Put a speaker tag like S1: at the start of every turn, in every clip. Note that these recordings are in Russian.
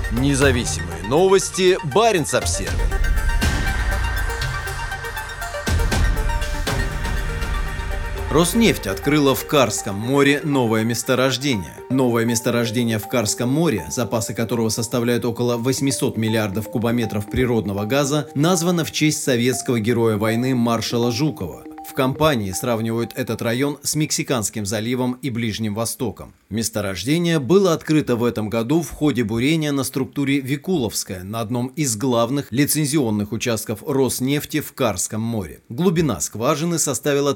S1: Независимые новости. Баренц-Обсервер. Роснефть открыла в Карском море новое месторождение. Новое месторождение в Карском море, запасы которого составляют около 800 миллиардов кубометров природного газа, названо в честь советского героя войны маршала Жукова. В компании сравнивают этот район с Мексиканским заливом и Ближним Востоком. Месторождение было открыто в этом году в ходе бурения на структуре Викуловская на одном из главных лицензионных участков Роснефти в Карском море. Глубина скважины составила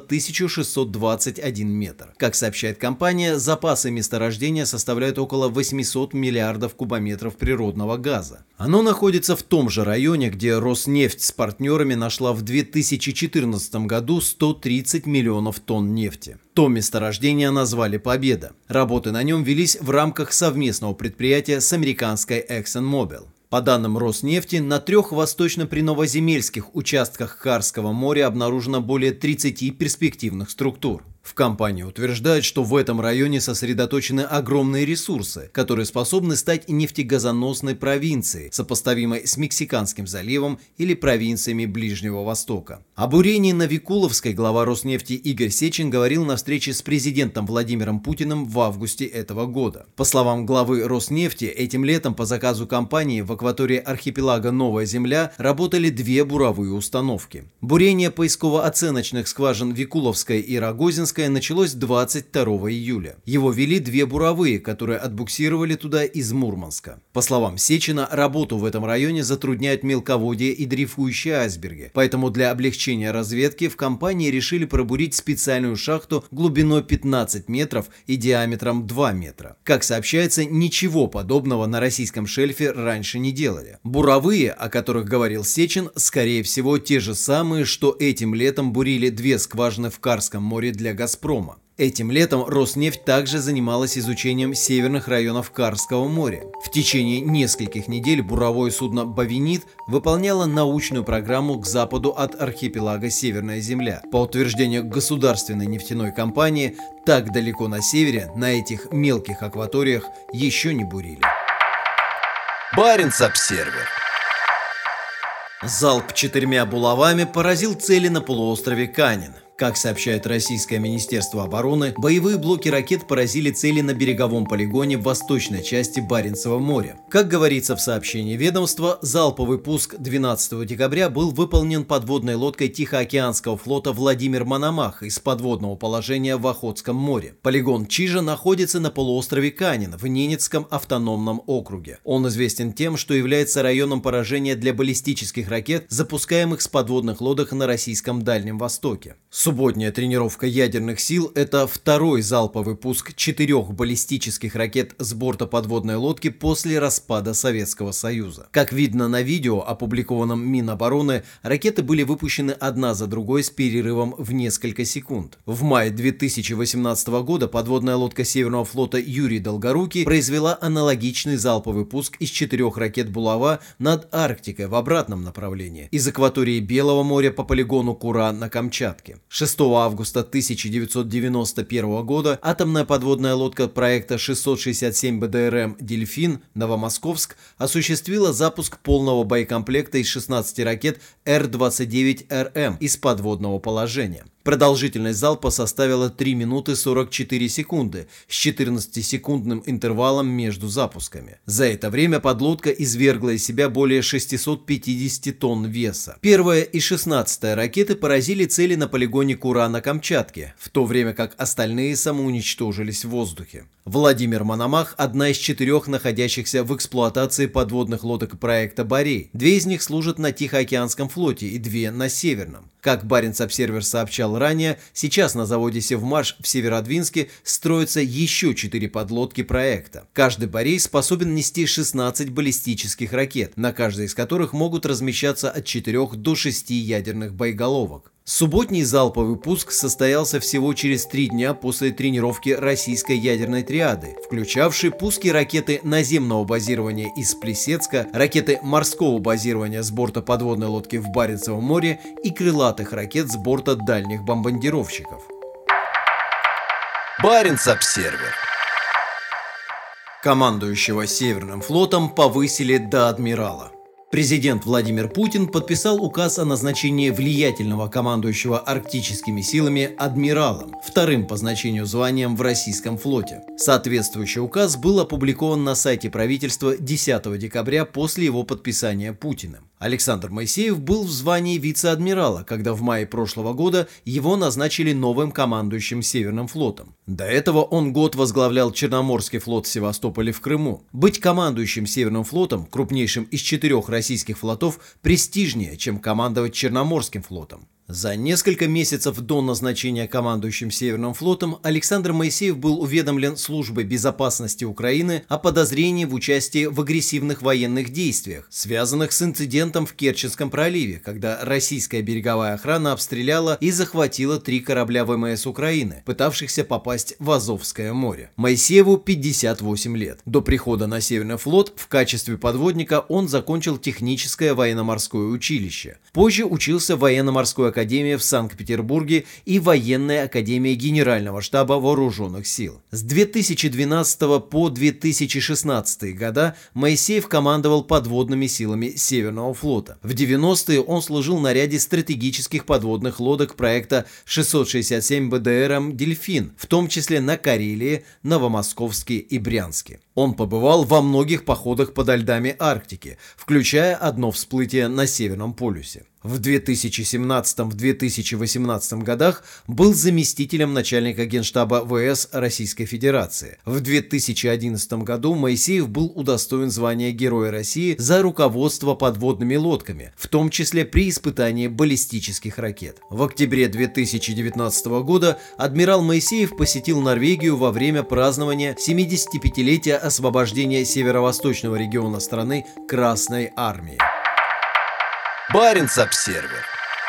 S1: 1621 метр. Как сообщает компания, запасы месторождения составляют около 800 миллиардов кубометров природного газа. Оно находится в том же районе, где Роснефть с партнерами нашла в 2014 году 130 миллионов тонн нефти. То месторождение назвали «Победа». Работы на нем велись в рамках совместного предприятия с американской ExxonMobil. По данным Роснефти, на 3 восточно-приновоземельских участках Карского моря обнаружено более 30 перспективных структур. В компании утверждают, что в этом районе сосредоточены огромные ресурсы, которые способны стать нефтегазоносной провинцией, сопоставимой с Мексиканским заливом или провинциями Ближнего Востока. О бурении на Викуловской глава Роснефти Игорь Сечин говорил на встрече с президентом Владимиром Путиным в августе этого года. По словам главы Роснефти, этим летом по заказу компании в акватории архипелага Новая Земля работали 2 буровые установки. Бурение поисково-оценочных скважин Викуловской и Рогозинской началось 22 июля. Его вели 2 буровые, которые отбуксировали туда из Мурманска. По словам Сечина, работу в этом районе затрудняют мелководье и дрейфующие айсберги, поэтому для облегчения разведки в компании решили пробурить специальную шахту глубиной 15 метров и диаметром 2 метра. Как сообщается, ничего подобного на российском шельфе раньше не делали. Буровые, о которых говорил Сечин, скорее всего те же самые, что этим летом бурили 2 скважины в Карском море для «Газпрома». Этим летом Роснефть также занималась изучением северных районов Карского моря. В течение нескольких недель буровое судно «Бовенит» выполняло научную программу к западу от архипелага Северная Земля. По утверждению государственной нефтяной компании, так далеко на севере, на этих мелких акваториях, еще не бурили.
S2: Баренц-Обсервер.
S1: Залп 4 булавами поразил цели на полуострове Канин. Как сообщает российское Министерство обороны, боевые блоки ракет поразили цели на береговом полигоне в восточной части Баренцева моря. Как говорится в сообщении ведомства, залповый пуск 12 декабря был выполнен подводной лодкой Тихоокеанского флота «Владимир Мономах» из подводного положения в Охотском море. Полигон Чижа находится на полуострове Канин в Ненецком автономном округе. Он известен тем, что является районом поражения для баллистических ракет, запускаемых с подводных лодок на российском Дальнем Востоке. Субботняя тренировка ядерных сил – это 2-й залповый пуск 4 баллистических ракет с борта подводной лодки после распада Советского Союза. Как видно на видео, опубликованном Минобороны, ракеты были выпущены одна за другой с перерывом в несколько секунд. В мае 2018 года подводная лодка Северного флота Юрий Долгорукий произвела аналогичный залповый пуск из 4 ракет «Булава» над Арктикой в обратном направлении, из акватории Белого моря по полигону Кура на Камчатке. 6 августа 1991 года атомная подводная лодка проекта 667 БДРМ «Дельфин» Новомосковск осуществила запуск полного боекомплекта из 16 ракет Р-29РМ из подводного положения. Продолжительность залпа составила 3 минуты 44 секунды с 14-секундным интервалом между запусками. За это время подлодка извергла из себя более 650 тонн веса. 1-я и 16-я ракеты поразили цели на полигоне Кура на Камчатке, в то время как остальные самоуничтожились в воздухе. Владимир Мономах – одна из 4 находящихся в эксплуатации подводных лодок проекта «Борей». 2 из них служат на Тихоокеанском флоте и 2 на Северном. Как Баренц-Обсервер сообщал ранее, сейчас на заводе «Севмаш» в Северодвинске строятся еще 4 подлодки проекта. Каждый «Борей» способен нести 16 баллистических ракет, на каждой из которых могут размещаться от 4 до 6 ядерных боеголовок. Субботний залповый пуск состоялся всего через 3 дня после тренировки российской ядерной триады, включавшей пуски ракеты наземного базирования из Плесецка, ракеты морского базирования с борта подводной лодки в Баренцевом море и крылатых ракет с борта дальних бомбардировщиков.
S2: Баренц-Обсервер.
S1: Командующего Северным флотом повысили до адмирала. Президент Владимир Путин подписал указ о назначении влиятельного командующего арктическими силами адмиралом, вторым по значению званием в российском флоте. Соответствующий указ был опубликован на сайте правительства 10 декабря после его подписания Путиным. Александр Моисеев был в звании вице-адмирала, когда в мае прошлого года его назначили новым командующим Северным флотом. До этого он год возглавлял Черноморский флот в Севастополе в Крыму. Быть командующим Северным флотом, крупнейшим из 4 российских флотов, престижнее, чем командовать Черноморским флотом. За несколько месяцев до назначения командующим Северным флотом Александр Моисеев был уведомлен Службой безопасности Украины о подозрении в участии в агрессивных военных действиях, связанных с инцидентом в Керченском проливе, когда российская береговая охрана обстреляла и захватила 3 корабля ВМС Украины, пытавшихся попасть в Азовское море. Моисееву 58 лет. До прихода на Северный флот в качестве подводника он закончил техническое военно-морское училище. Позже учился в военно-морской академии в Санкт-Петербурге и военной академии Генерального штаба Вооруженных сил. С 2012 по 2016 года Моисеев командовал подводными силами Северного флота. В 90-е он служил на ряде стратегических подводных лодок проекта 667 БДР «Дельфин», в том числе на Карелии, Новомосковске и Брянске. Он побывал во многих походах подо льдами Арктики, включая одно всплытие на Северном полюсе. В 2017-2018 годах был заместителем начальника Генштаба ВС Российской Федерации. В 2011 году Моисеев был удостоен звания Героя России за руководство подводными лодками, в том числе при испытании баллистических ракет. В октябре 2019 года адмирал Моисеев посетил Норвегию во время празднования 75-летия освобождения северо-восточного региона страны Красной Армии.
S2: Баренц-Обсервер.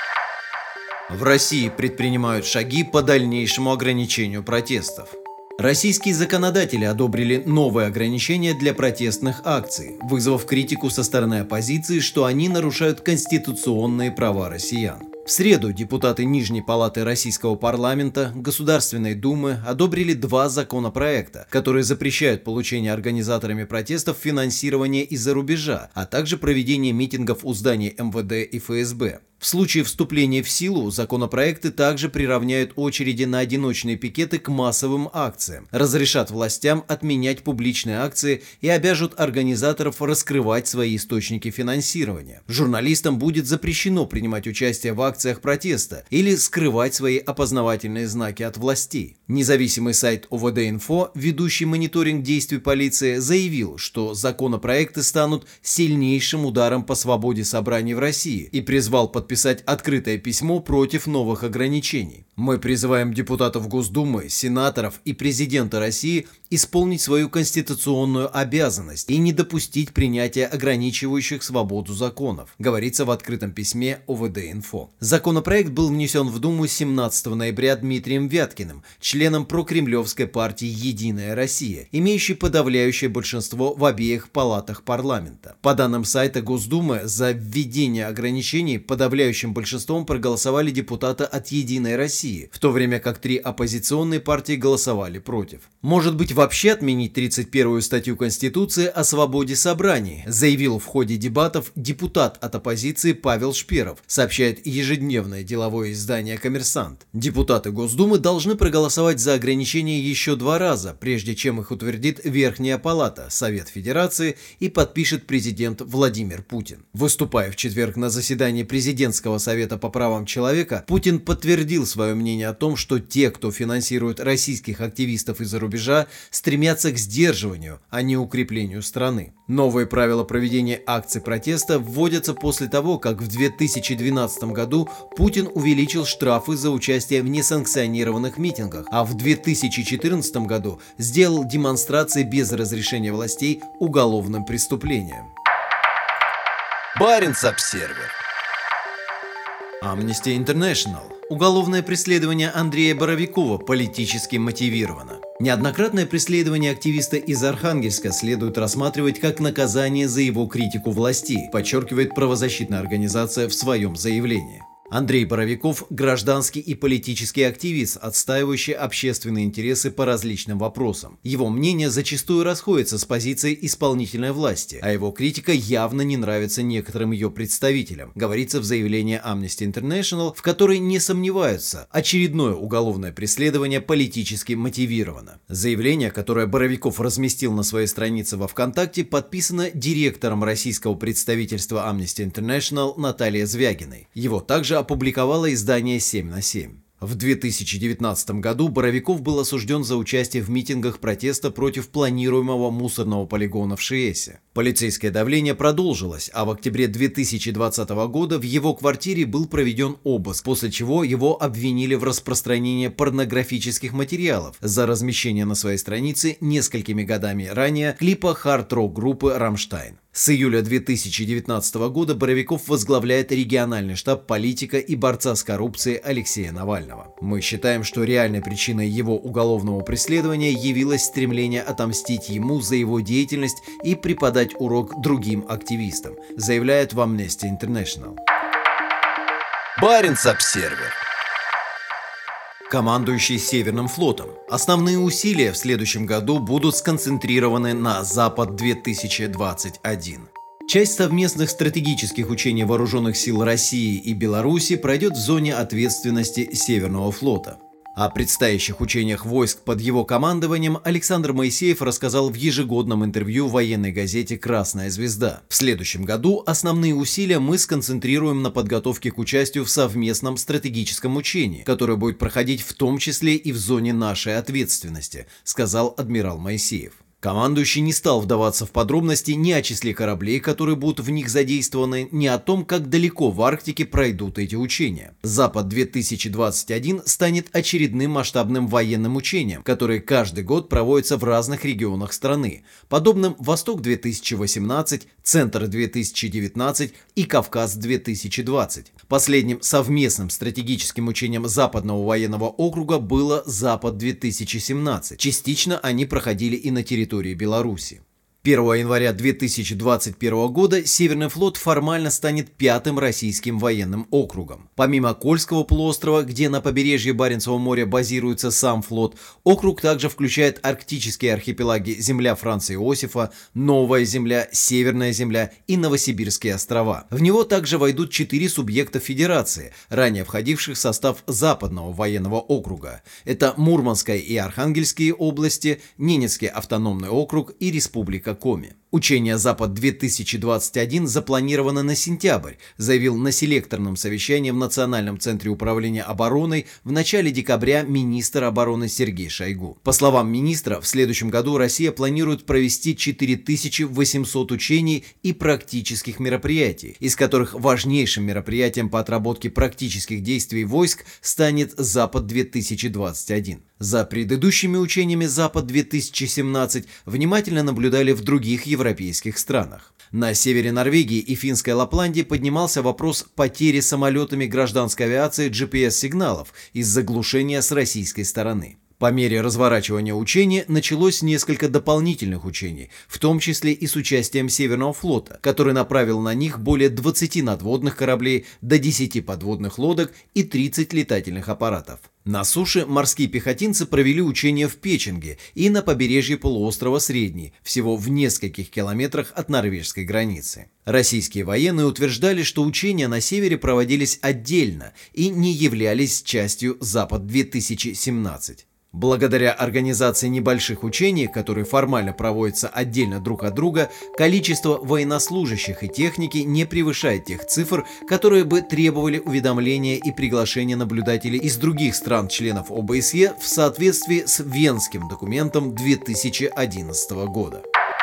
S1: В России предпринимают шаги по дальнейшему ограничению протестов. Российские законодатели одобрили новые ограничения для протестных акций, вызвав критику со стороны оппозиции, что они нарушают конституционные права россиян. В среду депутаты Нижней палаты Российского парламента, Государственной Думы одобрили 2 законопроекта, которые запрещают получение организаторами протестов финансирования из-за рубежа, а также проведение митингов у зданий МВД и ФСБ. В случае вступления в силу законопроекты также приравняют очереди на одиночные пикеты к массовым акциям, разрешат властям отменять публичные акции и обяжут организаторов раскрывать свои источники финансирования. Журналистам будет запрещено принимать участие в акциях протеста или скрывать свои опознавательные знаки от властей. Независимый сайт ОВД-Инфо, ведущий мониторинг действий полиции, заявил, что законопроекты станут сильнейшим ударом по свободе собраний в России и призвал подписать открытое письмо против новых ограничений. Мы призываем депутатов Госдумы, сенаторов и президента России исполнить свою конституционную обязанность и не допустить принятия ограничивающих свободу законов, говорится в открытом письме ОВД-Инфо. Законопроект был внесен в Думу 17 ноября Дмитрием Вяткиным, членом прокремлевской партии «Единая Россия», имеющей подавляющее большинство в обеих палатах парламента. По данным сайта Госдумы, за введение ограничений подавляющим большинством проголосовали депутаты от «Единой России», в то время как 3 оппозиционные партии голосовали против. Может быть, вообще отменить 31-ю статью Конституции о свободе собраний, заявил в ходе дебатов депутат от оппозиции Павел Шперов, сообщает ежедневное деловое издание «Коммерсант». Депутаты Госдумы должны проголосовать за ограничения еще 2 раза, прежде чем их утвердит Верхняя палата, Совет Федерации и подпишет президент Владимир Путин. Выступая в четверг на заседании Президентского совета по правам человека, Путин подтвердил свое мнение о том, что те, кто финансирует российских активистов из-за рубежа, стремятся к сдерживанию, а не укреплению страны. Новые правила проведения акций протеста вводятся после того, как в 2012 году Путин увеличил штрафы за участие в несанкционированных митингах, а в 2014 году сделал демонстрации без разрешения властей уголовным преступлением.
S2: Баренц-Обсервер.
S1: Amnesty International. Уголовное преследование Андрея Боровикова политически мотивировано. Неоднократное преследование активиста из Архангельска следует рассматривать как наказание за его критику властей, подчеркивает правозащитная организация в своем заявлении. Андрей Боровиков – гражданский и политический активист, отстаивающий общественные интересы по различным вопросам. Его мнение зачастую расходится с позицией исполнительной власти, а его критика явно не нравится некоторым ее представителям, говорится в заявлении Amnesty International, в которой не сомневаются, очередное уголовное преследование политически мотивировано. Заявление, которое Боровиков разместил на своей странице во ВКонтакте, подписано директором российского представительства Amnesty International Натальей Звягиной. Его также опубликовало издание «7 на 7». В 2019 году Боровиков был осужден за участие в митингах протеста против планируемого мусорного полигона в Шиэсе. Полицейское давление продолжилось, а в октябре 2020 года в его квартире был проведен обыск, после чего его обвинили в распространении порнографических материалов за размещение на своей странице несколькими годами ранее клипа хард-рок группы «Рамштайн». С июля 2019 года Боровиков возглавляет региональный штаб политика и борца с коррупцией Алексея Навального. Мы считаем, что реальной причиной его уголовного преследования явилось стремление отомстить ему за его деятельность и преподать урок другим активистам, заявляет в Amnesty International.
S2: Баренц-Обсервер.
S1: Командующий Северным флотом. Основные усилия в следующем году будут сконцентрированы на Запад-2021. Часть совместных стратегических учений вооруженных сил России и Беларуси пройдет в зоне ответственности Северного флота. О предстоящих учениях войск под его командованием Александр Моисеев рассказал в ежегодном интервью военной газете «Красная звезда». В следующем году основные усилия мы сконцентрируем на подготовке к участию в совместном стратегическом учении, которое будет проходить в том числе и в зоне нашей ответственности, сказал адмирал Моисеев. Командующий не стал вдаваться в подробности ни о числе кораблей, которые будут в них задействованы, ни о том, как далеко в Арктике пройдут эти учения. Запад-2021 станет очередным масштабным военным учением, которые каждый год проводятся в разных регионах страны, подобным Восток-2018, Центр-2019 и Кавказ-2020. Последним совместным стратегическим учением Западного военного округа было Запад-2017. Частично они проходили и на территории Беларуси. 1 января 2021 года Северный флот формально станет пятым российским военным округом. Помимо Кольского полуострова, где на побережье Баренцева моря базируется сам флот, округ также включает арктические архипелаги Земля Франца Иосифа, Новая Земля, Северная Земля и Новосибирские острова. В него также войдут 4 субъекта Федерации, ранее входивших в состав Западного военного округа. Это Мурманская и Архангельские области, Ненецкий автономный округ и Республика Коми. Учение «Запад-2021» запланировано на сентябрь, заявил на селекторном совещании в Национальном центре управления обороной в начале декабря министр обороны Сергей Шойгу. По словам министра, в следующем году Россия планирует провести 4800 учений и практических мероприятий, из которых важнейшим мероприятием по отработке практических действий войск станет «Запад-2021». За предыдущими учениями «Запад-2017» внимательно наблюдали в других европейских странах. На севере Норвегии и финской Лапландии поднимался вопрос потери самолетами гражданской авиации GPS-сигналов из-за глушения с российской стороны. По мере разворачивания учений началось несколько дополнительных учений, в том числе и с участием Северного флота, который направил на них более 20 надводных кораблей, до 10 подводных лодок и 30 летательных аппаратов. На суше морские пехотинцы провели учения в Печенге и на побережье полуострова Средний, всего в нескольких километрах от норвежской границы. Российские военные утверждали, что учения на севере проводились отдельно и не являлись частью Запад-2017. Благодаря организации небольших учений, которые формально проводятся отдельно друг от друга, количество военнослужащих и техники не превышает тех цифр, которые бы требовали уведомления и приглашения наблюдателей из других стран-членов ОБСЕ в соответствии с Венским документом 2011 года.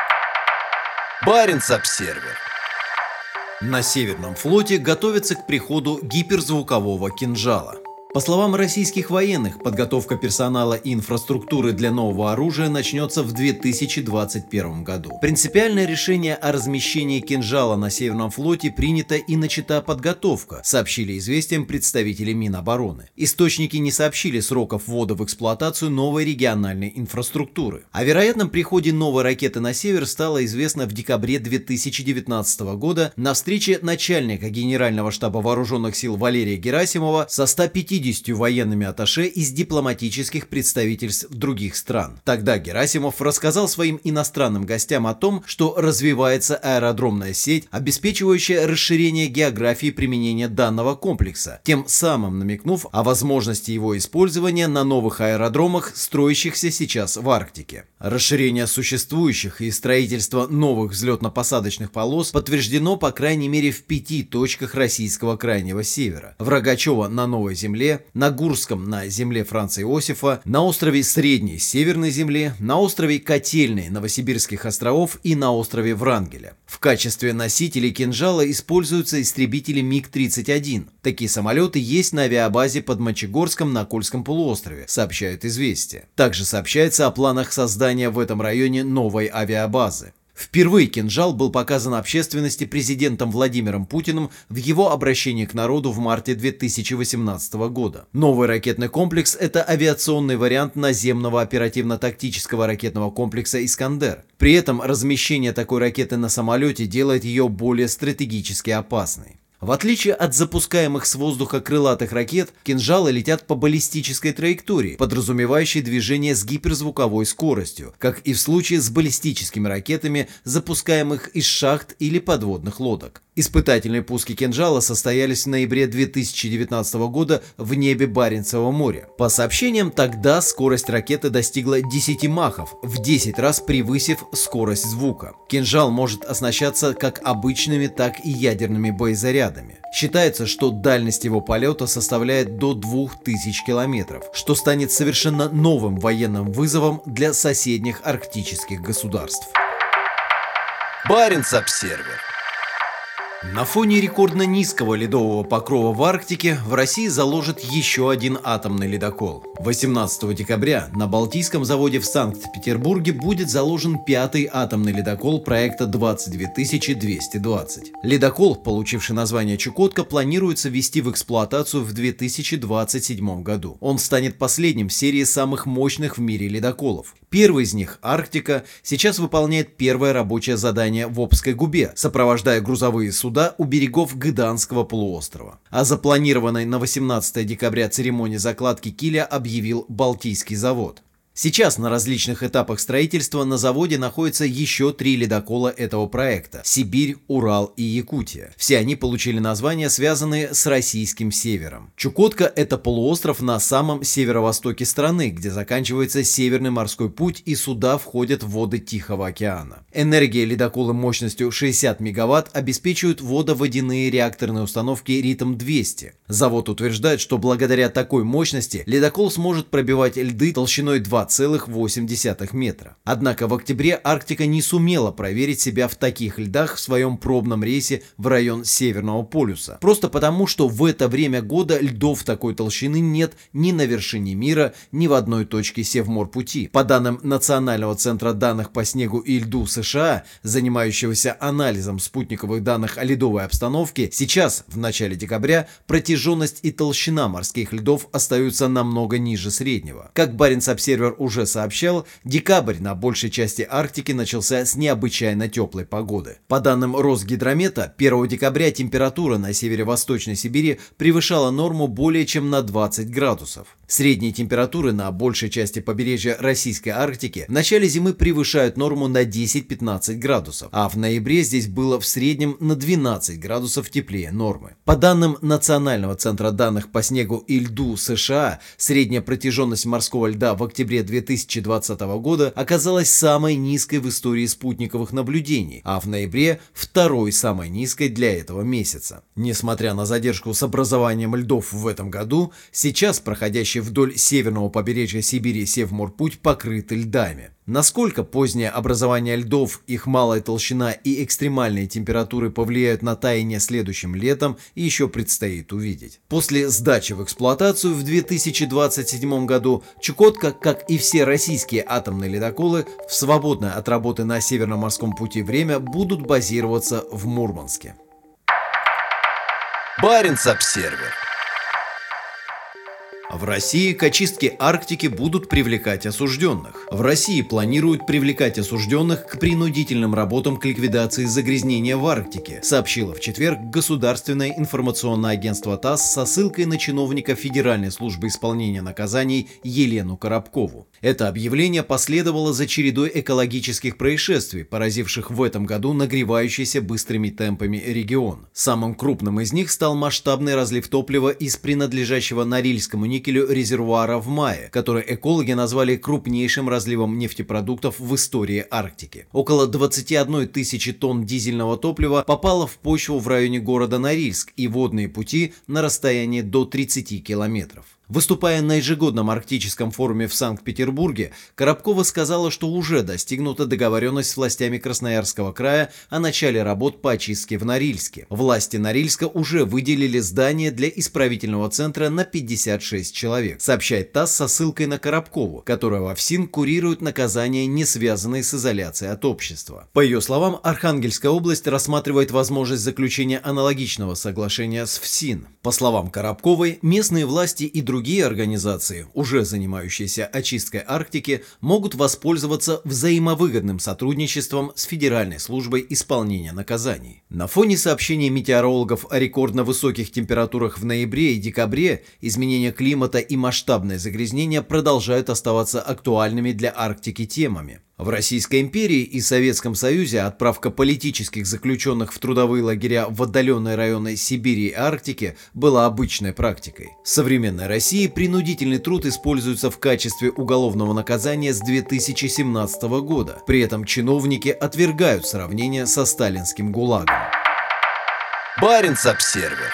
S2: Баренц-Обсервер.
S1: На Северном флоте готовятся к приходу гиперзвукового кинжала. По словам российских военных, подготовка персонала и инфраструктуры для нового оружия начнется в 2021 году. Принципиальное решение о размещении «Кинжала» на Северном флоте принято и начата подготовка, сообщили «Известиям» представители Минобороны. Источники не сообщили сроков ввода в эксплуатацию новой региональной инфраструктуры. О вероятном приходе новой ракеты на север стало известно в декабре 2019 года на встрече начальника Генерального штаба Вооруженных сил Валерия Герасимова со 150 военными атташе из дипломатических представительств других стран. Тогда Герасимов рассказал своим иностранным гостям о том, что развивается аэродромная сеть, обеспечивающая расширение географии применения данного комплекса, тем самым намекнув о возможности его использования на новых аэродромах, строящихся сейчас в Арктике. Расширение существующих и строительство новых взлетно-посадочных полос подтверждено по крайней мере в 5 точках российского крайнего севера: в Рогачево на Новой Земле, на Гурском на земле Франца Иосифа, на острове Средней Северной Земле, на острове Котельной Новосибирских островов и на острове Врангеля. В качестве носителей «Кинжала» используются истребители МиГ-31. Такие самолеты есть на авиабазе под Мончегорском на Кольском полуострове, сообщают «Известия». Также сообщается о планах создания в этом районе новой авиабазы. Впервые «Кинжал» был показан общественности президентом Владимиром Путиным в его обращении к народу в марте 2018 года. Новый ракетный комплекс – это авиационный вариант наземного оперативно-тактического ракетного комплекса «Искандер». При этом размещение такой ракеты на самолете делает ее более стратегически опасной. В отличие от запускаемых с воздуха крылатых ракет, «Кинжалы» летят по баллистической траектории, подразумевающей движение с гиперзвуковой скоростью, как и в случае с баллистическими ракетами, запускаемых из шахт или подводных лодок. Испытательные пуски «Кинжала» состоялись в ноябре 2019 года в небе Баренцева моря. По сообщениям, тогда скорость ракеты достигла 10 махов, в 10 раз превысив скорость звука. «Кинжал» может оснащаться как обычными, так и ядерными боезарядами. Считается, что дальность его полета составляет до 2000 километров, что станет совершенно новым военным вызовом для соседних арктических государств.
S2: Баренц-Обсервер.
S1: На фоне рекордно низкого ледового покрова в Арктике в России заложат еще один атомный ледокол. 18 декабря на Балтийском заводе в Санкт-Петербурге будет заложен 5-й атомный ледокол проекта 22220. Ледокол, получивший название «Чукотка», планируется ввести в эксплуатацию в 2027 году. Он станет последним в серии самых мощных в мире ледоколов. Первый из них, «Арктика», сейчас выполняет первое рабочее задание в Обской губе, сопровождая грузовые суда у берегов Гыданского полуострова. О запланированной на 18 декабря церемонии закладки киля объявил Балтийский завод. Сейчас на различных этапах строительства на заводе находятся еще 3 ледокола этого проекта – Сибирь, Урал и Якутия. Все они получили названия, связанные с российским севером. Чукотка – это полуостров на самом северо-востоке страны, где заканчивается Северный морской путь и суда входят в воды Тихого океана. Энергия ледокола мощностью 60 мегаватт обеспечивают водоводяные реакторные установки «Ритм-200». Завод утверждает, что благодаря такой мощности ледокол сможет пробивать льды толщиной 2,8 метра. Однако в октябре Арктика не сумела проверить себя в таких льдах в своем пробном рейсе в район Северного полюса. Просто потому, что в это время года льдов такой толщины нет ни на вершине мира, ни в одной точке Севморпути. По данным Национального центра данных по снегу и льду США, занимающегося анализом спутниковых данных о ледовой обстановке, сейчас, в начале декабря, протяженность и толщина морских льдов остаются намного ниже среднего. Как Баренц-Обсервер уже сообщал, декабрь на большей части Арктики начался с необычайно теплой погоды. По данным Росгидромета, 1 декабря температура на северо-восточной Сибири превышала норму более чем на 20 градусов. Средние температуры на большей части побережья российской Арктики в начале зимы превышают норму на 10-15 градусов, а в ноябре здесь было в среднем на 12 градусов теплее нормы. По данным Национального центра данных по снегу и льду США, средняя протяженность морского льда в октябре 2020 года оказалась самой низкой в истории спутниковых наблюдений, а в ноябре второй самой низкой для этого месяца. Несмотря на задержку с образованием льдов в этом году, сейчас проходящий вдоль северного побережья Сибири Севморпуть покрыт льдами. Насколько позднее образование льдов, их малая толщина и экстремальные температуры повлияют на таяние следующим летом, еще предстоит увидеть. После сдачи в эксплуатацию в 2027 году Чукотка, как и все российские атомные ледоколы, в свободное от работы на Северном морском пути время будут базироваться в Мурманске.
S2: Баренц-Обсервер.
S1: В России к очистке Арктики будут привлекать осужденных. В России планируют привлекать осужденных к принудительным работам к ликвидации загрязнения в Арктике, сообщило в четверг Государственное информационное агентство ТАСС со ссылкой на чиновника Федеральной службы исполнения наказаний Елену Коробкову. Это объявление последовало за чередой экологических происшествий, поразивших в этом году нагревающийся быстрыми темпами регион. Самым крупным из них стал масштабный разлив топлива из принадлежащего Норильскому никелю резервуара в мае, который экологи назвали крупнейшим разливом нефтепродуктов в истории Арктики. Около 21 тысячи тонн дизельного топлива попало в почву в районе города Норильск и водные пути на расстоянии до 30 километров. Выступая на ежегодном арктическом форуме в Санкт-Петербурге, Коробкова сказала, что уже достигнута договоренность с властями Красноярского края о начале работ по очистке в Норильске. Власти Норильска уже выделили здание для исправительного центра на 56 человек, сообщает ТАСС со ссылкой на Коробкову, которая во ФСИН курирует наказания, не связанные с изоляцией от общества. По ее словам, Архангельская область рассматривает возможность заключения аналогичного соглашения с ФСИН. По словам Коробковой, местные власти и другие организации, уже занимающиеся очисткой Арктики, могут воспользоваться взаимовыгодным сотрудничеством с Федеральной службой исполнения наказаний. На фоне сообщений метеорологов о рекордно высоких температурах в ноябре и декабре, изменения климата и масштабное загрязнение продолжают оставаться актуальными для Арктики темами. В Российской империи и Советском Союзе отправка политических заключенных в трудовые лагеря в отдаленные районы Сибири и Арктики была обычной практикой. В современной России принудительный труд используется в качестве уголовного наказания с 2017 года. При этом чиновники отвергают сравнение со сталинским ГУЛАГом.
S2: Баренц-Обсервер.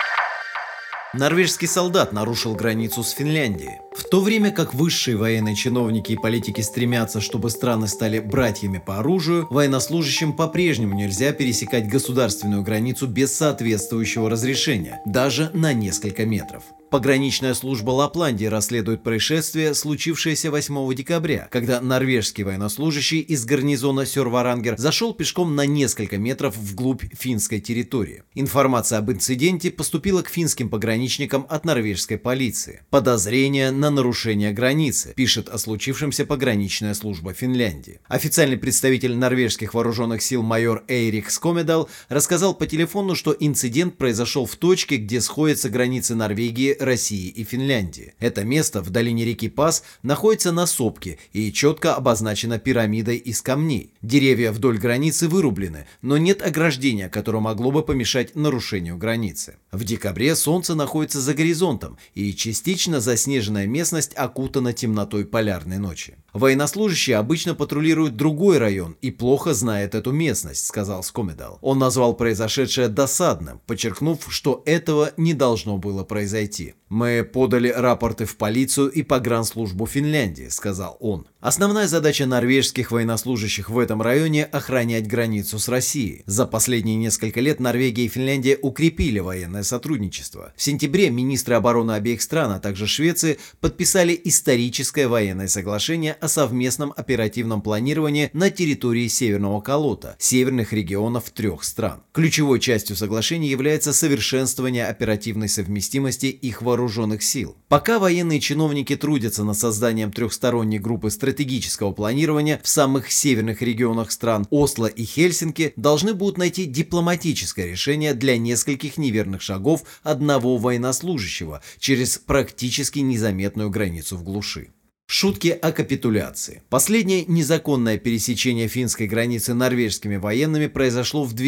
S1: Норвежский солдат нарушил границу с Финляндией. В то время как высшие военные чиновники и политики стремятся, чтобы страны стали братьями по оружию, военнослужащим по-прежнему нельзя пересекать государственную границу без соответствующего разрешения, даже на несколько метров. Пограничная служба Лапландии расследует происшествие, случившееся 8 декабря, когда норвежский военнослужащий из гарнизона Сёр-Варангер зашел пешком на несколько метров вглубь финской территории. Информация об инциденте поступила к финским пограничникам от норвежской полиции. Подозрение на нарушение границы, пишет о случившемся пограничная служба Финляндии. Официальный представитель норвежских вооруженных сил майор Эйрик Скомедал рассказал по телефону, что инцидент произошел в точке, где сходятся границы Норвегии, России и Финляндии. Это место в долине реки Пас находится на сопке и четко обозначено пирамидой из камней. Деревья вдоль границы вырублены, но нет ограждения, которое могло бы помешать нарушению границы. В декабре солнце находится за горизонтом, и частично заснеженная местность окутана темнотой полярной ночи. Военнослужащие обычно патрулируют другой район и плохо знают эту местность, сказал Скомедал. Он назвал произошедшее досадным, подчеркнув, что этого не должно было произойти. «Мы подали рапорты в полицию и погранслужбу Финляндии», — сказал он. Основная задача норвежских военнослужащих в этом районе – охранять границу с Россией. За последние несколько лет Норвегия и Финляндия укрепили военное сотрудничество. В сентябре министры обороны обеих стран, а также Швеции, подписали историческое военное соглашение о совместном оперативном планировании на территории Северного Колота, северных регионов 3 стран. Ключевой частью соглашения является совершенствование оперативной совместимости их вооруженных сил. Пока военные чиновники трудятся над созданием трехсторонней группы стратегического планирования в самых северных регионах стран, Осло и Хельсинки должны будут найти дипломатическое решение для нескольких неверных шагов одного военнослужащего через практически незаметную границу в глуши. Шутки о капитуляции. Последнее незаконное пересечение финской границы норвежскими военными произошло в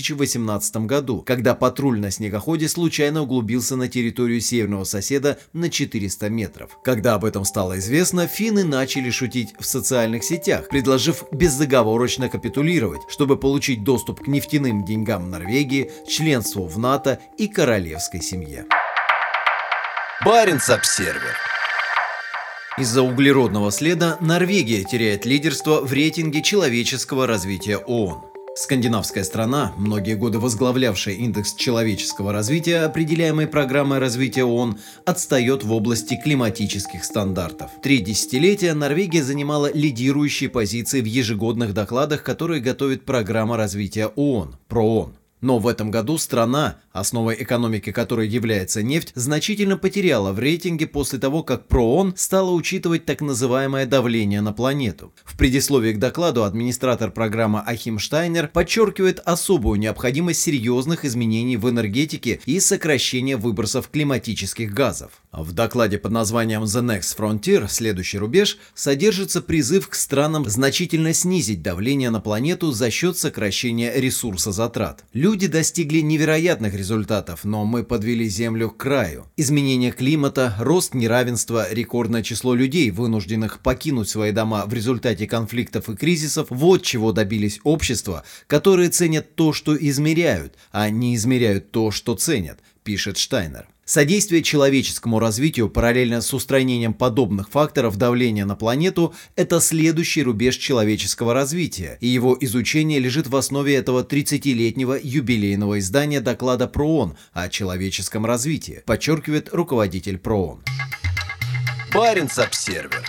S1: 2018 году, когда патруль на снегоходе случайно углубился на территорию северного соседа на 400 метров. Когда об этом стало известно, финны начали шутить в социальных сетях, предложив безоговорочно капитулировать, чтобы получить доступ к нефтяным деньгам Норвегии, членству в НАТО и королевской семье.
S2: Баренц-Обсервер.
S1: Из-за углеродного следа Норвегия теряет лидерство в рейтинге человеческого развития ООН. Скандинавская страна, многие годы возглавлявшая индекс человеческого развития, определяемый программой развития ООН, отстает в области климатических стандартов. 3 десятилетия Норвегия занимала лидирующие позиции в ежегодных докладах, которые готовит программа развития ООН, ПРООН. Но в этом году страна, основой экономики которой является нефть, значительно потеряла в рейтинге после того, как ПРООН стала учитывать так называемое давление на планету. В предисловии к докладу администратор программы Ахим Штайнер подчеркивает особую необходимость серьезных изменений в энергетике и сокращения выбросов климатических газов. В докладе под названием The Next Frontier, следующий рубеж, содержится призыв к странам значительно снизить давление на планету за счет сокращения ресурсозатрат. Люди достигли невероятных результатов, но мы подвели Землю к краю. Изменение климата, рост неравенства, рекордное число людей, вынужденных покинуть свои дома в результате конфликтов и кризисов – вот чего добились общества, которые ценят то, что измеряют, а не измеряют то, что ценят, пишет Штайнер. Содействие человеческому развитию параллельно с устранением подобных факторов давления на планету – это следующий рубеж человеческого развития, и его изучение лежит в основе этого 30-летнего юбилейного издания доклада ПРООН о человеческом развитии, подчеркивает руководитель ПРООН.
S2: Баренц-Обсервер.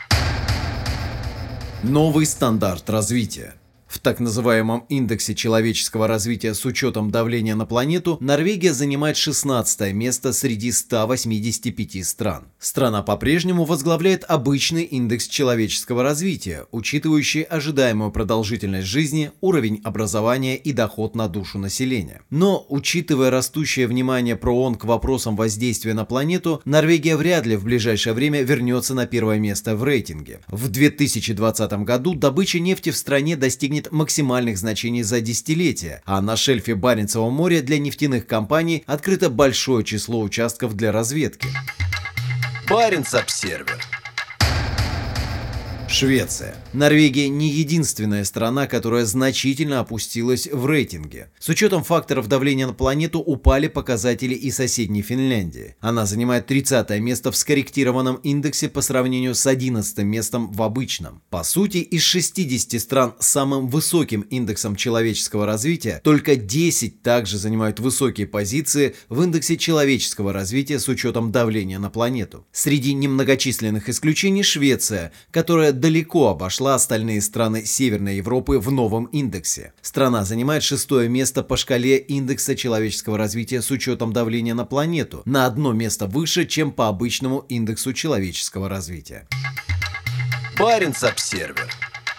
S1: Новый стандарт развития. В так называемом индексе человеческого развития с учетом давления на планету Норвегия занимает 16 место среди 185 стран. Страна по-прежнему возглавляет обычный индекс человеческого развития, учитывающий ожидаемую продолжительность жизни, уровень образования и доход на душу населения. Но, учитывая растущее внимание ПРООН к вопросам воздействия на планету, Норвегия вряд ли в ближайшее время вернется на первое место в рейтинге. В 2020 году добыча нефти в стране достигнет максимальных значений за десятилетия, а на шельфе Баренцева моря для нефтяных компаний открыто большое число участков для разведки.
S2: Баренц-Обсервер.
S1: Швеция. Норвегия не единственная страна, которая значительно опустилась в рейтинге. С учетом факторов давления на планету упали показатели и соседней Финляндии. Она занимает 30 место в скорректированном индексе по сравнению с 11 местом в обычном. По сути, из 60 стран с самым высоким индексом человеческого развития, только 10 также занимают высокие позиции в индексе человеческого развития с учетом давления на планету. Среди немногочисленных исключений Швеция, которая далеко обошла остальные страны Северной Европы в новом индексе. Страна занимает 6-е место по шкале индекса человеческого развития с учетом давления на планету, на одно место выше, чем по обычному индексу человеческого развития.
S2: Баренц-Обсервер.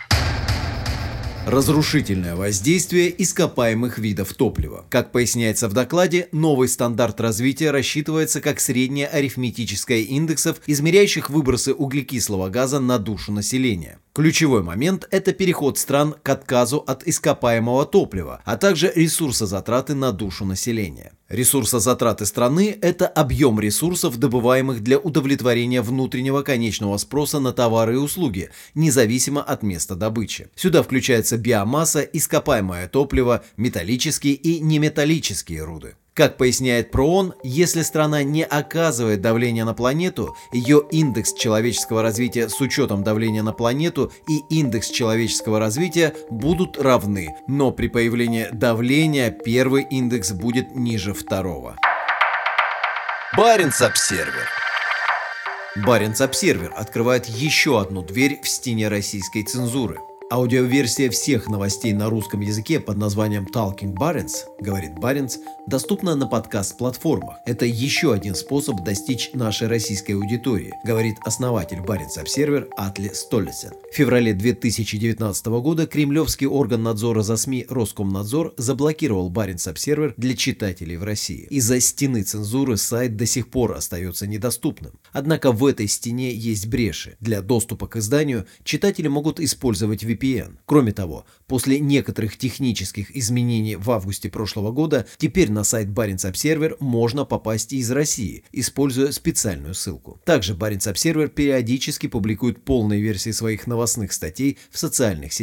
S1: Разрушительное воздействие ископаемых видов топлива. Как поясняется в докладе, новый стандарт развития рассчитывается как средняя арифметическая индексов, измеряющих выбросы углекислого газа на душу населения. Ключевой момент – это переход стран к отказу от ископаемого топлива, а также ресурсозатраты на душу населения. Ресурсозатраты страны – это объем ресурсов, добываемых для удовлетворения внутреннего конечного спроса на товары и услуги, независимо от места добычи. Сюда включается биомасса, ископаемое топливо, металлические и неметаллические руды. Как поясняет ПРООН, если страна не оказывает давления на планету, ее индекс человеческого развития с учетом давления на планету и индекс человеческого развития будут равны, но при появлении давления первый индекс будет ниже второго.
S2: Баренц-Обсервер.
S1: Баренц-Обсервер открывает еще одну дверь в стене российской цензуры. Аудиоверсия всех новостей на русском языке под названием Talking Barents, говорит Баренц, доступна на подкаст-платформах. Это еще один способ достичь нашей российской аудитории, говорит основатель Баренц-Обсервер Атли Столесен. В феврале 2019 года кремлевский орган надзора за СМИ Роскомнадзор заблокировал Баренц-Обсервер для читателей в России. Из-за стены цензуры сайт до сих пор остается недоступным. Однако в этой стене есть бреши. Для доступа к изданию читатели могут использовать VPN. Кроме того, после некоторых технических изменений в августе прошлого года, теперь на сайт Баренц-Обсервер можно попасть и из России, используя специальную ссылку. Также Баренц-Обсервер периодически публикует полные версии своих новостных статей в социальных сетях.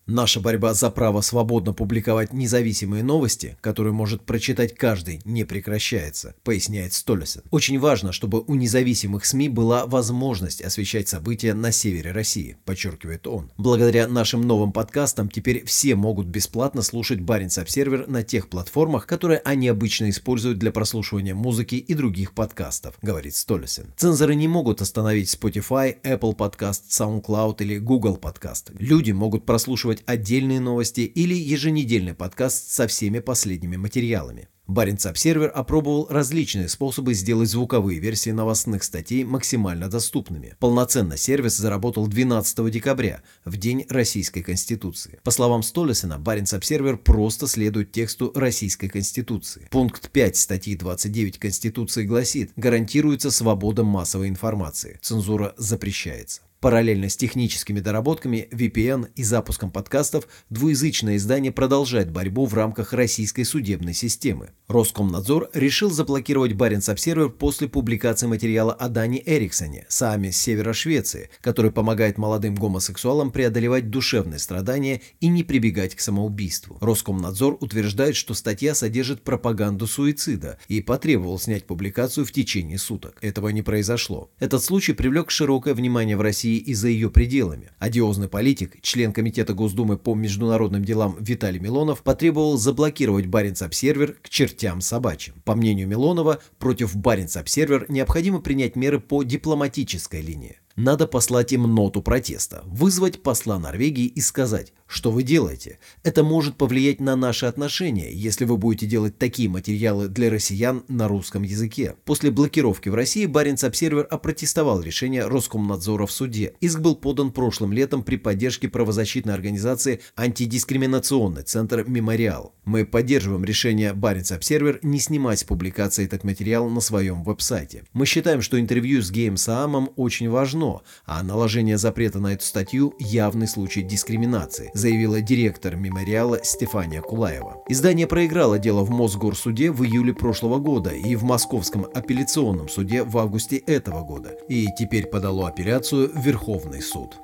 S1: Наша борьба за право свободно публиковать независимые новости, которые может прочитать каждый, не прекращается, поясняет Столесен. Очень важно, чтобы у независимых СМИ была возможность освещать события на севере России, подчеркивает он. Благодаря нашим новым подкастам теперь все могут бесплатно слушать Barents Observer на тех платформах, которые они обычно используют для прослушивания музыки и других подкастов, говорит Столесен. Цензоры не могут остановить Spotify, Apple Podcast, SoundCloud или Google Podcast. Люди могут прослушивать отдельные новости или еженедельный подкаст со всеми последними материалами. Barents Observer опробовал различные способы сделать звуковые версии новостных статей максимально доступными. Полноценно сервис заработал 12 декабря, в день Российской Конституции. По словам Столесена, Barents Observer просто следует тексту Российской Конституции. Пункт 5 статьи 29 Конституции гласит: гарантируется свобода массовой информации. Цензура запрещается. Параллельно с техническими доработками, VPN и запуском подкастов, двуязычное издание продолжает борьбу в рамках российской судебной системы. Роскомнадзор решил заблокировать Barents Observer после публикации материала о Дане Эриксоне, сааме с севера Швеции, который помогает молодым гомосексуалам преодолевать душевные страдания и не прибегать к самоубийству. Роскомнадзор утверждает, что статья содержит пропаганду суицида и потребовал снять публикацию в течение суток. Этого не произошло. Этот случай привлек широкое внимание в России и за ее пределами. Одиозный политик, член Комитета Госдумы по международным делам Виталий Милонов потребовал заблокировать Barents Observer к чертям собачьим. По мнению Милонова, против Barents Observer необходимо принять меры по дипломатической линии. Надо послать им ноту протеста, вызвать посла Норвегии и сказать: что вы делаете? Это может повлиять на наши отношения, если вы будете делать такие материалы для россиян на русском языке. После блокировки в России Barents Observer опротестовал решение Роскомнадзора в суде. Иск был подан прошлым летом при поддержке правозащитной организации «Антидискриминационный центр Мемориал». Мы поддерживаем решение Barents Observer не снимать с публикации этот материал на своем веб-сайте. Мы считаем, что интервью с геем Саамом очень важно, а наложение запрета на эту статью – явный случай дискриминации, заявила директор мемориала Стефания Кулаева. Издание проиграло дело в Мосгорсуде в июле прошлого года и в Московском апелляционном суде в августе этого года, и теперь подало апелляцию в Верховный суд.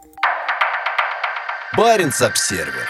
S2: Barents Observer.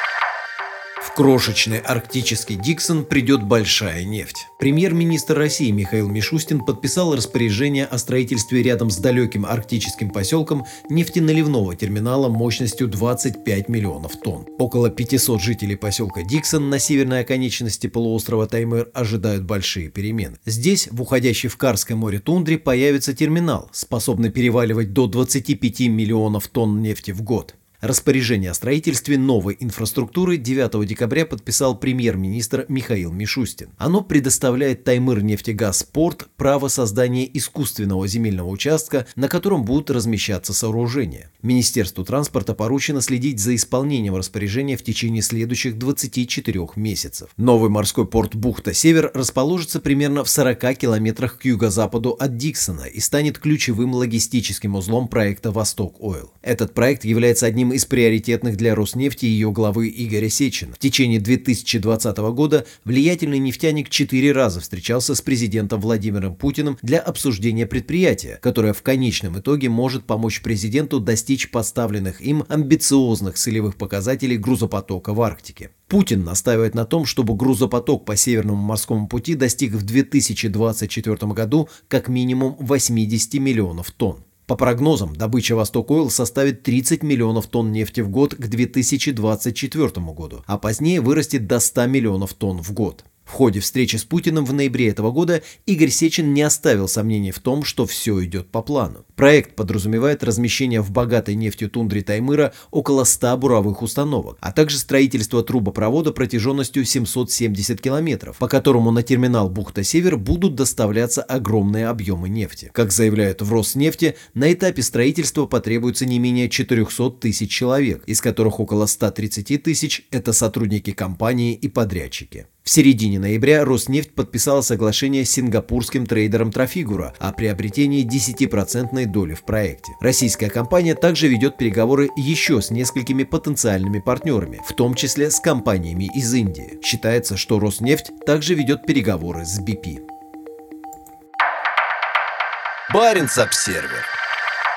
S1: В крошечный арктический Диксон придет большая нефть. Премьер-министр России Михаил Мишустин подписал распоряжение о строительстве рядом с далеким арктическим поселком нефтеналивного терминала мощностью 25 миллионов тонн. Около 500 жителей поселка Диксон на северной оконечности полуострова Таймыр ожидают большие перемены. Здесь, в уходящей в Карское море тундре, появится терминал, способный переваливать до 25 миллионов тонн нефти в год. Распоряжение о строительстве новой инфраструктуры 9 декабря подписал премьер-министр Михаил Мишустин. Оно предоставляет Таймыр-нефтегаз-порт право создания искусственного земельного участка, на котором будут размещаться сооружения. Министерству транспорта поручено следить за исполнением распоряжения в течение следующих 24 месяцев. Новый морской порт Бухта-Север расположится примерно в 40 километрах к юго-западу от Диксона и станет ключевым логистическим узлом проекта «Восток-Ойл». Этот проект является одним из приоритетных для Роснефти и ее главы Игоря Сечина. В течение 2020 года влиятельный нефтяник 4 раза встречался с президентом Владимиром Путиным для обсуждения предприятия, которое в конечном итоге может помочь президенту достичь поставленных им амбициозных целевых показателей грузопотока в Арктике. Путин настаивает на том, чтобы грузопоток по Северному морскому пути достиг в 2024 году как минимум 80 миллионов тонн. По прогнозам, добыча «Восток-Ойл» составит 30 миллионов тонн нефти в год к 2024 году, а позднее вырастет до 100 миллионов тонн в год. В ходе встречи с Путиным в ноябре этого года Игорь Сечин не оставил сомнений в том, что все идет по плану. Проект подразумевает размещение в богатой нефтью тундре Таймыра около 100 буровых установок, а также строительство трубопровода протяженностью 770 километров, по которому на терминал Бухта-Север будут доставляться огромные объемы нефти. Как заявляют в Роснефти, на этапе строительства потребуется не менее 400 тысяч человек, из которых около 130 тысяч – это сотрудники компании и подрядчики. В середине ноября Роснефть подписала соглашение с сингапурским трейдером Trafigura о приобретении 10% доли в проекте. Российская компания также ведет переговоры еще с несколькими потенциальными партнерами, в том числе с компаниями из Индии. Считается, что Роснефть также ведет переговоры с BP.
S2: Barents Observer.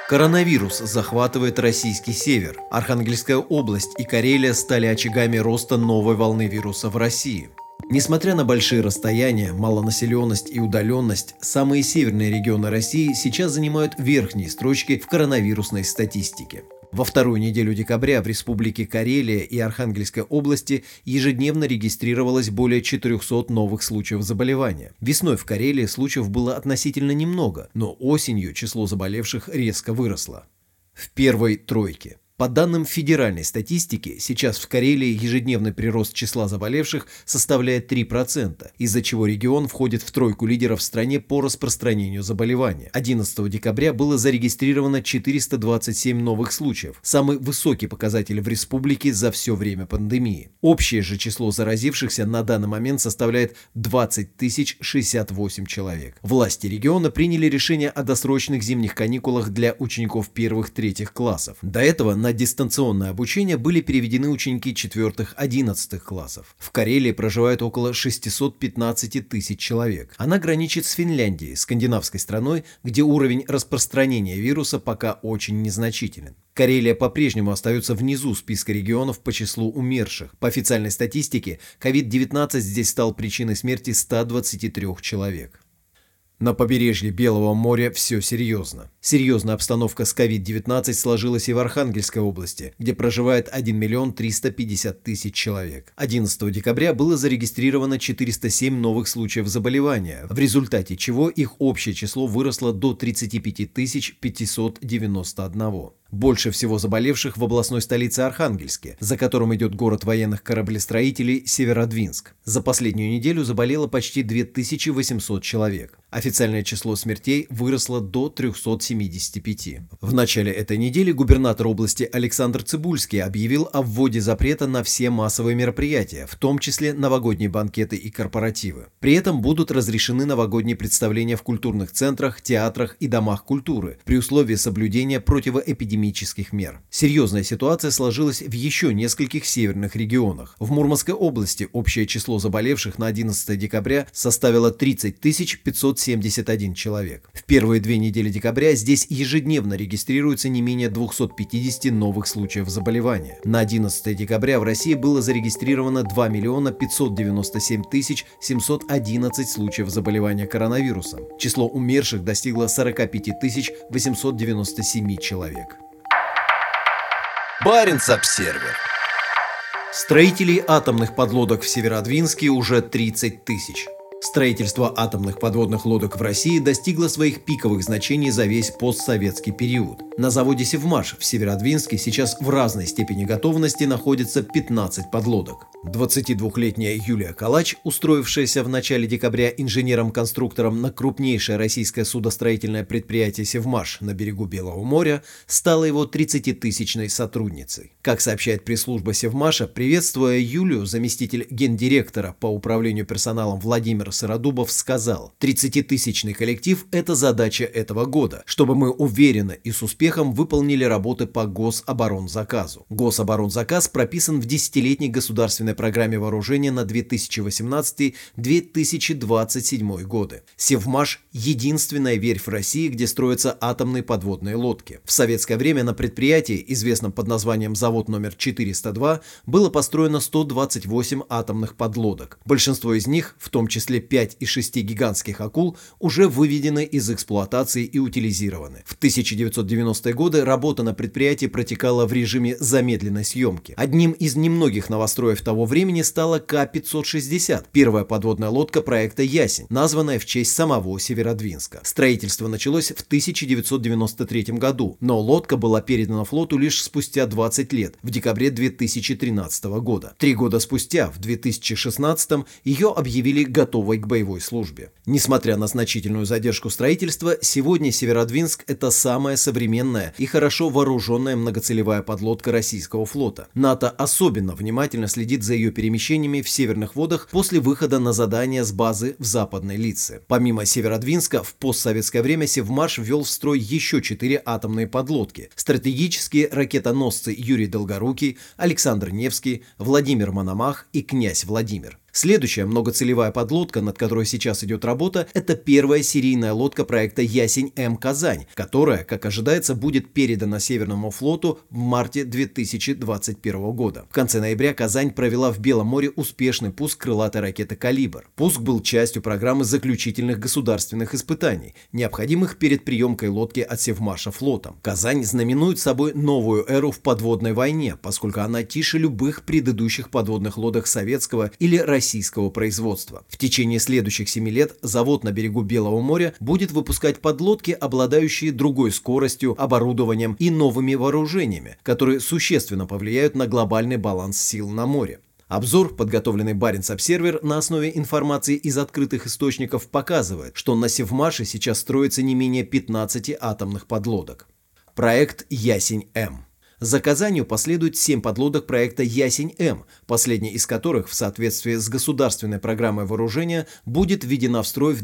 S1: Коронавирус захватывает российский север. Архангельская область и Карелия стали очагами роста новой волны вируса в России. Несмотря на большие расстояния, малонаселенность и удаленность, самые северные регионы России сейчас занимают верхние строчки в коронавирусной статистике. Во вторую неделю декабря в республике Карелия и Архангельской области ежедневно регистрировалось более 400 новых случаев заболевания. Весной в Карелии случаев было относительно немного, но осенью число заболевших резко выросло. В первой тройке. По данным федеральной статистики, сейчас в Карелии ежедневный прирост числа заболевших составляет 3%, из-за чего регион входит в тройку лидеров в стране по распространению заболевания. 11 декабря было зарегистрировано 427 новых случаев, самый высокий показатель в республике за все время пандемии. Общее же число заразившихся на данный момент составляет 20 068 человек. Власти региона приняли решение о досрочных зимних каникулах для учеников первых-третьих классов. До этого на дистанционное обучение были переведены ученики 4-11 классов. В Карелии проживает около 615 тысяч человек. Она граничит с Финляндией, скандинавской страной, где уровень распространения вируса пока очень незначителен. Карелия по-прежнему остается внизу списка регионов по числу умерших. По официальной статистике, COVID-19 здесь стал причиной смерти 123 человек. На побережье Белого моря все серьезно. Серьезная обстановка с COVID-19 сложилась и в Архангельской области, где проживает 1 350 000 человек. 11 декабря было зарегистрировано 407 новых случаев заболевания, в результате чего их общее число выросло до 35 591. Больше всего заболевших в областной столице Архангельске, за которым идет город военных кораблестроителей Северодвинск. За последнюю неделю заболело почти 2800 человек. Официальное число смертей выросло до 375. В начале этой недели губернатор области Александр Цыбульский объявил о вводе запрета на все массовые мероприятия, в том числе новогодние банкеты и корпоративы. При этом будут разрешены новогодние представления в культурных центрах, театрах и домах культуры при условии соблюдения противоэпидемических мер. Серьезная ситуация сложилась в еще нескольких северных регионах. В Мурманской области общее число заболевших на 11 декабря составило 30 571 человек. В первые 2 недели декабря здесь ежедневно регистрируется не менее 250 новых случаев заболевания. На 11 декабря в России было зарегистрировано 2 597 711 случаев заболевания коронавирусом. Число умерших достигло 45 897 человек.
S2: Баренц-Обсервер.
S1: Строителей атомных подлодок в Северодвинске уже 30 тысяч. Строительство атомных подводных лодок в России достигло своих пиковых значений за весь постсоветский период. На заводе «Севмаш» в Северодвинске сейчас в разной степени готовности находится 15 подлодок. 22-летняя Юлия Калач, устроившаяся в начале декабря инженером-конструктором на крупнейшее российское судостроительное предприятие «Севмаш» на берегу Белого моря, стала его 30-тысячной сотрудницей. Как сообщает пресс-служба «Севмаша», приветствуя Юлию, заместитель гендиректора по управлению персоналом Владимир Сыродубов сказал: «30-тысячный коллектив – это задача этого года, чтобы мы уверенно и с успехом выполнили работы по гособоронзаказу». Гособоронзаказ прописан в 10-летней государственной программе вооружения на 2018-2027 годы. «Севмаш» – единственная верфь в России, где строятся атомные подводные лодки. В советское время на предприятии, известном под названием «Завод номер 402», было построено 128 атомных подлодок. Большинство из них, в том числе 5 из 6 гигантских «Акул», уже выведены из эксплуатации и утилизированы. В 1990-е годы работа на предприятии протекала в режиме замедленной съемки. Одним из немногих новостроев того времени стала К-560, первая подводная лодка проекта «Ясень», названная в честь самого Северодвинска. Строительство началось в 1993 году, но лодка была передана флоту лишь спустя 20 лет, в декабре 2013 года. 3 года спустя, в 2016, ее объявили готовой к боевой службе. Несмотря на значительную задержку строительства, сегодня Северодвинск – это самая современная и хорошо вооруженная многоцелевая подлодка российского флота. НАТО особенно внимательно следит за ее перемещениями в северных водах после выхода на задание с базы в Западной Литце. Помимо Северодвинска, в постсоветское время «Севмаш» ввел в строй еще 4 атомные подлодки – стратегические ракетоносцы Юрий Долгорукий, Александр Невский, Владимир Мономах и князь Владимир. Следующая многоцелевая подлодка, над которой сейчас идет работа, это первая серийная лодка проекта «Ясень-М Казань», которая, как ожидается, будет передана Северному флоту в марте 2021 года. В конце ноября Казань провела в Белом море успешный пуск крылатой ракеты «Калибр». Пуск был частью программы заключительных государственных испытаний, необходимых перед приемкой лодки от Севмаша флотом. Казань знаменует собой новую эру в подводной войне, поскольку она тише любых предыдущих подводных лодок советского или российского производства. В течение следующих 7 лет завод на берегу Белого моря будет выпускать подлодки, обладающие другой скоростью, оборудованием и новыми вооружениями, которые существенно повлияют на глобальный баланс сил на море. Обзор, подготовленный Баренц-Обсервер на основе информации из открытых источников, показывает, что на Севмаше сейчас строится не менее 15 атомных подлодок. Проект «Ясень-М». За Казанью последует 7 подлодок проекта «Ясень-М», последняя из которых в соответствии с государственной программой вооружения будет введена в строй в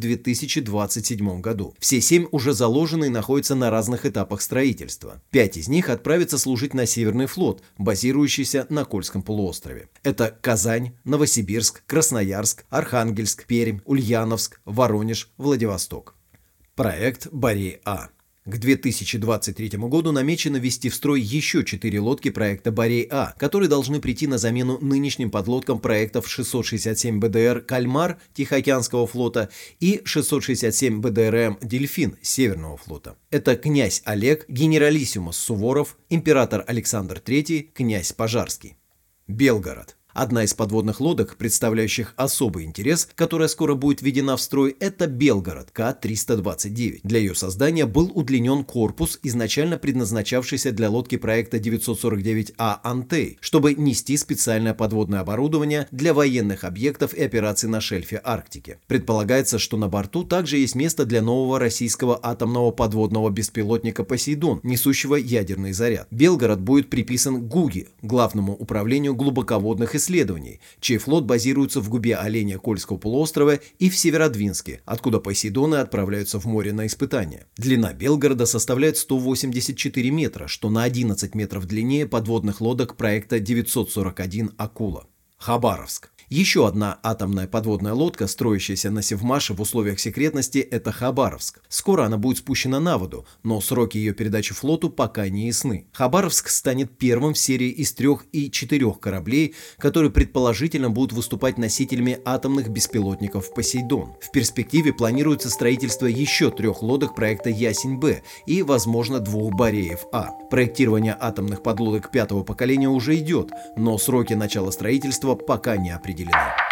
S1: 2027 году. Все 7 уже заложены и находятся на разных этапах строительства. 5 из них отправятся служить на Северный флот, базирующийся на Кольском полуострове. Это Казань, Новосибирск, Красноярск, Архангельск, Пермь, Ульяновск, Воронеж, Владивосток. Проект «Борей-А». К 2023 году намечено ввести в строй еще 4 лодки проекта «Борей-А», которые должны прийти на замену нынешним подлодкам проектов 667 БДР «Кальмар» Тихоокеанского флота и 667 БДРМ «Дельфин» Северного флота. Это князь Олег, генералиссимус Суворов, император Александр III, князь Пожарский. Белгород. Одна из подводных лодок, представляющих особый интерес, которая скоро будет введена в строй, это «Белгород» К-329. Для ее создания был удлинен корпус, изначально предназначавшийся для лодки проекта 949А «Антей», чтобы нести специальное подводное оборудование для военных объектов и операций на шельфе Арктики. Предполагается, что на борту также есть место для нового российского атомного подводного беспилотника «Посейдон», несущего ядерный заряд. Белгород будет приписан ГУГИ, Главному управлению глубоководных исследований, чей флот базируется в губе Оленя Кольского полуострова и в Северодвинске, откуда Посейдоны отправляются в море на испытания. Длина Белгорода составляет 184 метра, что на 11 метров длиннее подводных лодок проекта 941 «Акула». Хабаровск. Еще одна атомная подводная лодка, строящаяся на Севмаше в условиях секретности, это Хабаровск. Скоро она будет спущена на воду, но сроки ее передачи флоту пока не ясны. Хабаровск станет первым в серии из 3 и 4 кораблей, которые предположительно будут выступать носителями атомных беспилотников «Посейдон». В перспективе планируется строительство еще 3 лодок проекта «Ясень-Б» и, возможно, 2 «Бореев-А». Проектирование атомных подлодок 5-го поколения уже идет, но сроки начала строительства пока не определены.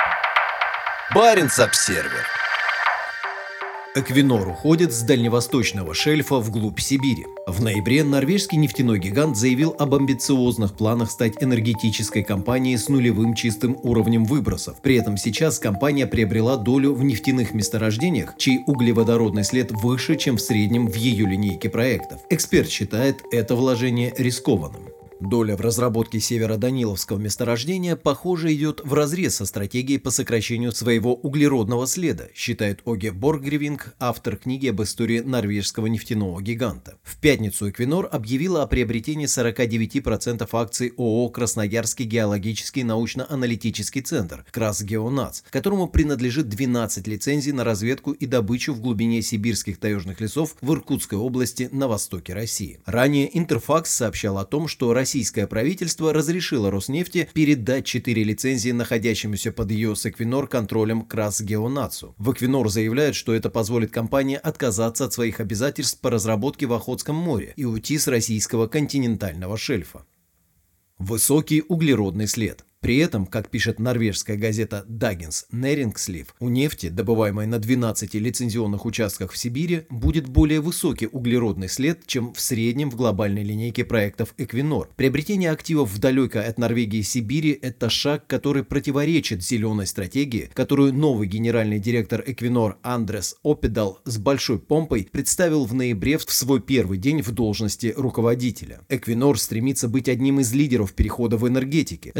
S2: Баренц-Обсервер.
S1: Эквинор уходит с дальневосточного шельфа вглубь Сибири. В ноябре норвежский нефтяной гигант заявил об амбициозных планах стать энергетической компанией с нулевым чистым уровнем выбросов. При этом сейчас компания приобрела долю в нефтяных месторождениях, чей углеводородный след выше, чем в среднем в ее линейке проектов. Эксперт считает это вложение рискованным. Доля в разработке северо-даниловского месторождения, похоже, идет вразрез со стратегией по сокращению своего углеродного следа, считает Оге Борггревинг, автор книги об истории норвежского нефтяного гиганта. В пятницу Эквинор объявила о приобретении 49% акций ООО «Красноярский геологический научно-аналитический центр» «Красгеонац», которому принадлежит 12 лицензий на разведку и добычу в глубине сибирских таежных лесов в Иркутской области на востоке России. Ранее Интерфакс сообщал о том, что российское правительство разрешило Роснефти передать 4 лицензии находящемуся под ее с Эквинор контролем Красгеонацу. В Эквинор заявляют, что это позволит компании отказаться от своих обязательств по разработке в Охотском море и уйти с российского континентального шельфа. Высокий углеродный след. При этом, как пишет норвежская газета Dagens Næringsliv, у нефти, добываемой на 12 лицензионных участках в Сибири, будет более высокий углеродный след, чем в среднем в глобальной линейке проектов Эквинор. Приобретение активов в далекой от Норвегии Сибири – это шаг, который противоречит зеленой стратегии, которую новый генеральный директор Эквинор Андрес Опедал с большой помпой представил в ноябре в свой первый день в должности руководителя. Эквинор стремится быть одним из лидеров перехода в энергетике. Это разумно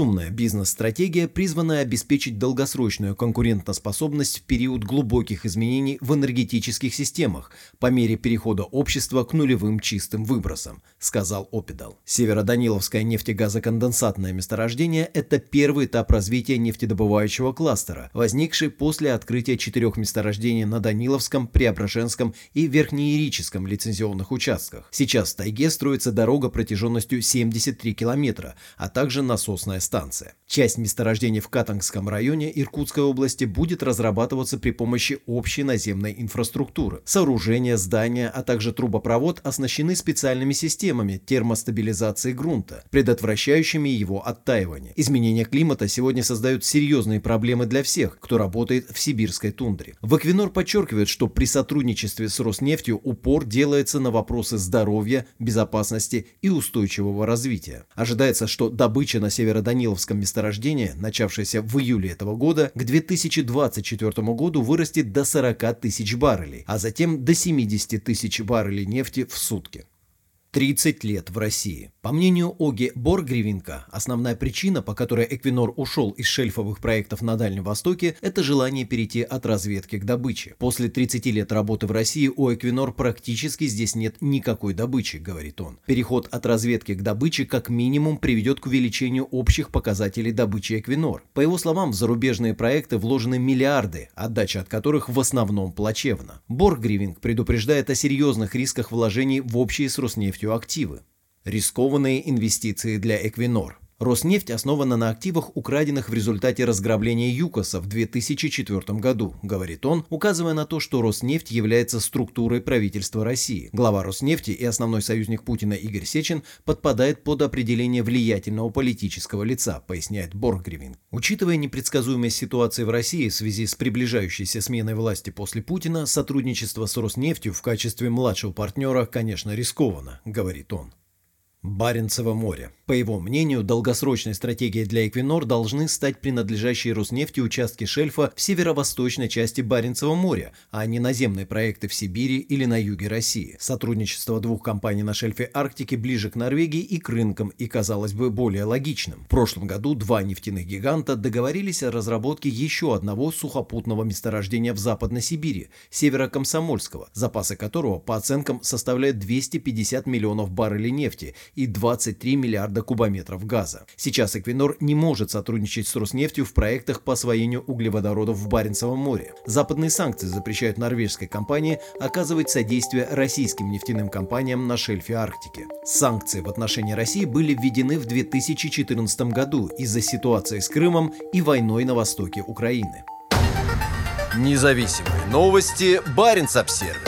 S1: Разумная бизнес-стратегия, призванная обеспечить долгосрочную конкурентоспособность в период глубоких изменений в энергетических системах по мере перехода общества к нулевым чистым выбросам, сказал Опидал. Североданиловское нефтегазоконденсатное месторождение – это первый этап развития нефтедобывающего кластера, возникший после открытия 4 месторождений на Даниловском, Преображенском и Верхнеярическом лицензионных участках. Сейчас в тайге строится дорога протяженностью 73 километра, а также насосная станция. Часть месторождений в Катангском районе Иркутской области будет разрабатываться при помощи общей наземной инфраструктуры. Сооружения, здания, а также трубопровод оснащены специальными системами термостабилизации грунта, предотвращающими его оттаивание. Изменения климата сегодня создают серьезные проблемы для всех, кто работает в сибирской тундре. В Эквинор подчеркивают, что при сотрудничестве с Роснефтью упор делается на вопросы здоровья, безопасности и устойчивого развития. Ожидается, что добыча на Североданиловском месторождении, начавшаяся в июле этого года, к 2024 году вырастет до 40 тысяч баррелей, а затем до 70 тысяч баррелей нефти в сутки. 30 лет в России. По мнению Оги Боргривенко, основная причина, по которой Эквинор ушел из шельфовых проектов на Дальнем Востоке, это желание перейти от разведки к добыче. После 30 лет работы в России у Эквинор практически здесь нет никакой добычи, говорит он. Переход от разведки к добыче как минимум приведет к увеличению общих показателей добычи Эквинор. По его словам, в зарубежные проекты вложены миллиарды, отдача от которых в основном плачевна. Боргривенко предупреждает о серьезных рисках вложений в общие с Роснефтью активы. Рискованные инвестиции для Эквинор. Роснефть основана на активах, украденных в результате разграбления ЮКОСа в 2004 году, говорит он, указывая на то, что Роснефть является структурой правительства России. Глава Роснефти и основной союзник Путина Игорь Сечин подпадает под определение влиятельного политического лица, поясняет Боргривенко. Учитывая непредсказуемость ситуации в России в связи с приближающейся сменой власти после Путина, сотрудничество с Роснефтью в качестве младшего партнера, конечно, рискованно, говорит он. Баренцево море. По его мнению, долгосрочной стратегией для Эквинор должны стать принадлежащие Роснефти участки шельфа в северо-восточной части Баренцева моря, а не наземные проекты в Сибири или на юге России. Сотрудничество двух компаний на шельфе Арктики ближе к Норвегии и к рынкам и, казалось бы, более логичным. В прошлом году два нефтяных гиганта договорились о разработке еще одного сухопутного месторождения в Западной Сибири, Северо-Комсомольского, запасы которого, по оценкам, составляют 250 миллионов баррелей нефти и 23 миллиарда кубометров газа. Сейчас Эквинор не может сотрудничать с Роснефтью в проектах по освоению углеводородов в Баренцевом море. Западные санкции запрещают норвежской компании оказывать содействие российским нефтяным компаниям на шельфе Арктики. Санкции в отношении России были введены в 2014 году из-за ситуации с Крымом и войной на востоке Украины.
S2: Независимые новости. Баренц-Обсервис.